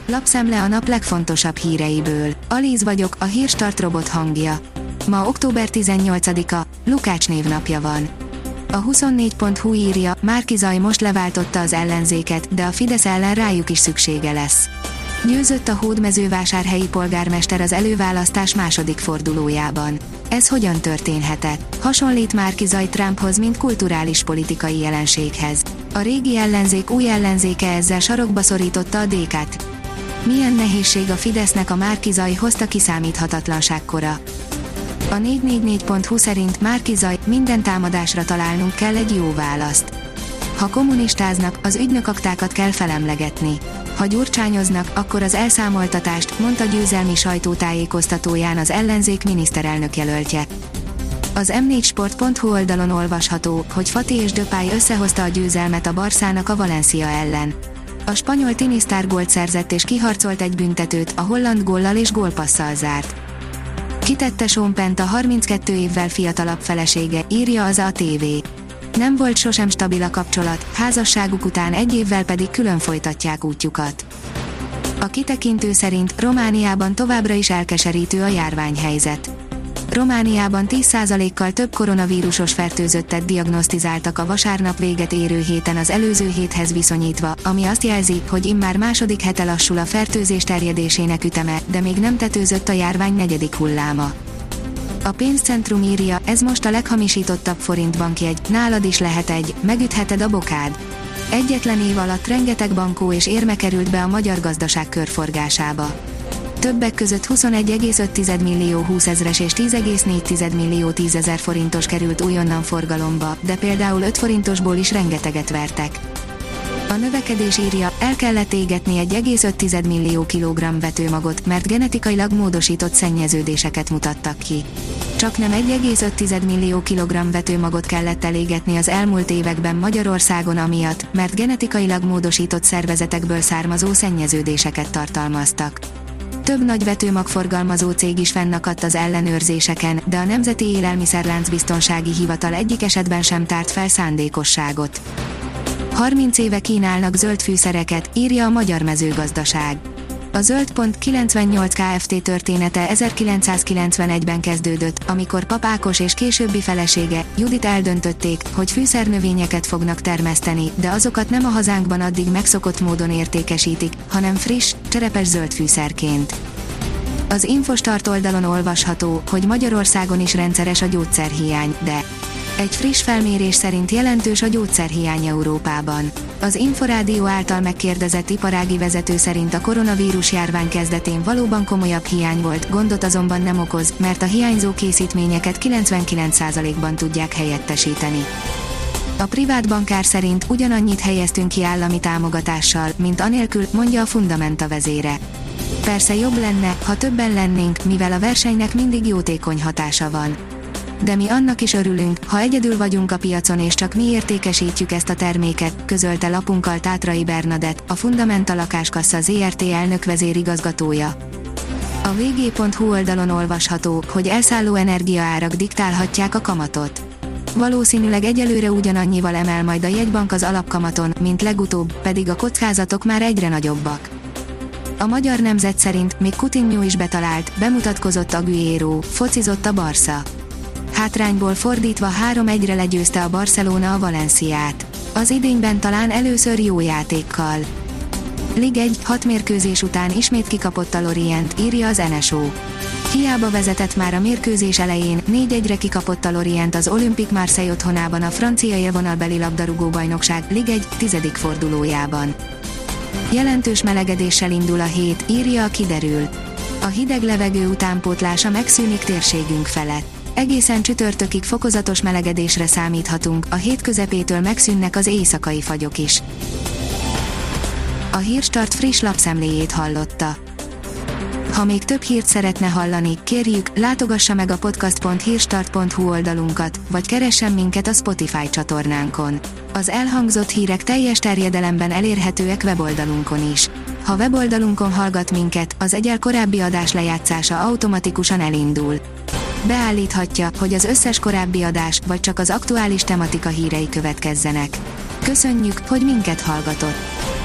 Lapszemle a nap legfontosabb híreiből. Alíz vagyok, a Hírstart robot hangja. Ma október 18-a, Lukács névnapja van. A 24.hu írja, Márki-Zay most leváltotta az ellenzéket, de a Fidesz ellen rájuk is szüksége lesz. Győzött a hódmezővásárhelyi polgármester az előválasztás második fordulójában. Ez hogyan történhetett? Hasonlít Márki-Zay Trumphoz, mint kulturális politikai jelenséghez. A régi ellenzék új ellenzéke ezzel sarokba szorította a DK-t. Milyen nehézség a Fidesznek a Márki-Zay hozta kiszámíthatatlanság kora. A 444.hu szerint Márki-Zay, minden támadásra találnunk kell egy jó választ. Ha kommunistáznak, az ügynökaktákat kell felemlegetni. Ha gyurcsányoznak, akkor az elszámoltatást, mondta győzelmi sajtótájékoztatóján az ellenzék miniszterelnök jelöltje. Az m4sport.hu oldalon olvasható, hogy Fati és Depay összehozta a győzelmet a Barszának a Valencia ellen. A spanyol tinisztár gólt szerzett és kiharcolt egy büntetőt, a holland góllal és gólpasszal zárt. Kitette Sean Pennt a 32 évvel fiatalabb felesége, írja az ATV. Nem volt sosem stabil a kapcsolat, házasságuk után egy évvel pedig külön folytatják útjukat. A kitekintő szerint Romániában továbbra is elkeserítő a járványhelyzet. Romániában 10%-kal több koronavírusos fertőzöttet diagnosztizáltak a vasárnap véget érő héten az előző héthez viszonyítva, ami azt jelzi, hogy immár második hete lassul a fertőzés terjedésének üteme, de még nem tetőzött a járvány negyedik hulláma. A pénzcentrum írja, ez most a leghamisítottabb forintbankjegy, nálad is lehet egy, megütheted a bokád. Egyetlen év alatt rengeteg bankó és érme került be a magyar gazdaság körforgásába. Többek között 21,5 millió 20 ezres és 10,4 millió 10 ezer forintos került újonnan forgalomba, de például 5 forintosból is rengeteget vertek. A növekedés írja, el kellett égetni 1,5 millió kilogramm vetőmagot, mert genetikailag módosított szennyeződéseket mutattak ki. Csaknem 1,5 millió kilogramm vetőmagot kellett elégetni az elmúlt években Magyarországon amiatt, mert genetikailag módosított szervezetekből származó szennyeződéseket tartalmaztak. Több nagy vetőmagforgalmazó cég is fennakadt az ellenőrzéseken, de a Nemzeti Élelmiszerláncbiztonsági Hivatal egyik esetben sem tárt fel szándékosságot. 30 éve kínálnak zöld fűszereket, írja a Magyar Mezőgazdaság. A Zöld.98 Kft. Története 1991-ben kezdődött, amikor Pap Ákos és későbbi felesége, Judit eldöntötték, hogy fűszernövényeket fognak termeszteni, de azokat nem a hazánkban addig megszokott módon értékesítik, hanem friss, cserepes zöld fűszerként. Az Infostart oldalon olvasható, hogy Magyarországon is rendszeres a gyógyszerhiány, de egy friss felmérés szerint jelentős a gyógyszerhiány Európában. Az Inforádió által megkérdezett iparági vezető szerint a koronavírus járvány kezdetén valóban komolyabb hiány volt, gondot azonban nem okoz, mert a hiányzó készítményeket 99%-ban tudják helyettesíteni. A privát bankár szerint ugyanannyit helyeztünk ki állami támogatással, mint anélkül, mondja a Fundamenta vezére. Persze jobb lenne, ha többen lennénk, mivel a versenynek mindig jótékony hatása van. De mi annak is örülünk, ha egyedül vagyunk a piacon és csak mi értékesítjük ezt a terméket, közölte lapunkkal Tátrai Bernadett, a Fundamenta Lakáskassa Zrt. Elnök vezérigazgatója. A vg.hu oldalon olvasható, hogy elszálló energiaárak diktálhatják a kamatot. Valószínűleg egyelőre ugyanannyival emel majd a jegybank az alapkamaton, mint legutóbb, pedig a kockázatok már egyre nagyobbak. A Magyar Nemzet szerint még Coutinho is betalált, bemutatkozott Agüero, focizott a Barca. Hátrányból fordítva 3-1-re legyőzte a Barcelona a Valenciát. Az idényben talán először jó játékkal. Lig 1, 6 mérkőzés után ismét kikapott a Lorient, írja az NSO. Hiába vezetett már a mérkőzés elején, 4-1-re kikapott a Lorient az Olympique Marseille otthonában a francia élvonalbeli labdarúgó-bajnokság Lig 1 10. fordulójában. Jelentős melegedéssel indul a hét, írja a Kiderül. A hideg levegő utánpótlása megszűnik térségünk felett. Egészen csütörtökig fokozatos melegedésre számíthatunk, a hét közepétől megszűnnek az éjszakai fagyok is. A Hírstart friss lapszemléjét hallotta. Ha még több hírt szeretne hallani, kérjük, látogassa meg a podcast.hírstart.hu oldalunkat, vagy keressen minket a Spotify csatornánkon. Az elhangzott hírek teljes terjedelemben elérhetőek weboldalunkon is. Ha weboldalunkon hallgat minket, az egyel korábbi adás lejátszása automatikusan elindul. Beállíthatja, hogy az összes korábbi adás, vagy csak az aktuális tematika hírei következzenek. Köszönjük, hogy minket hallgatott!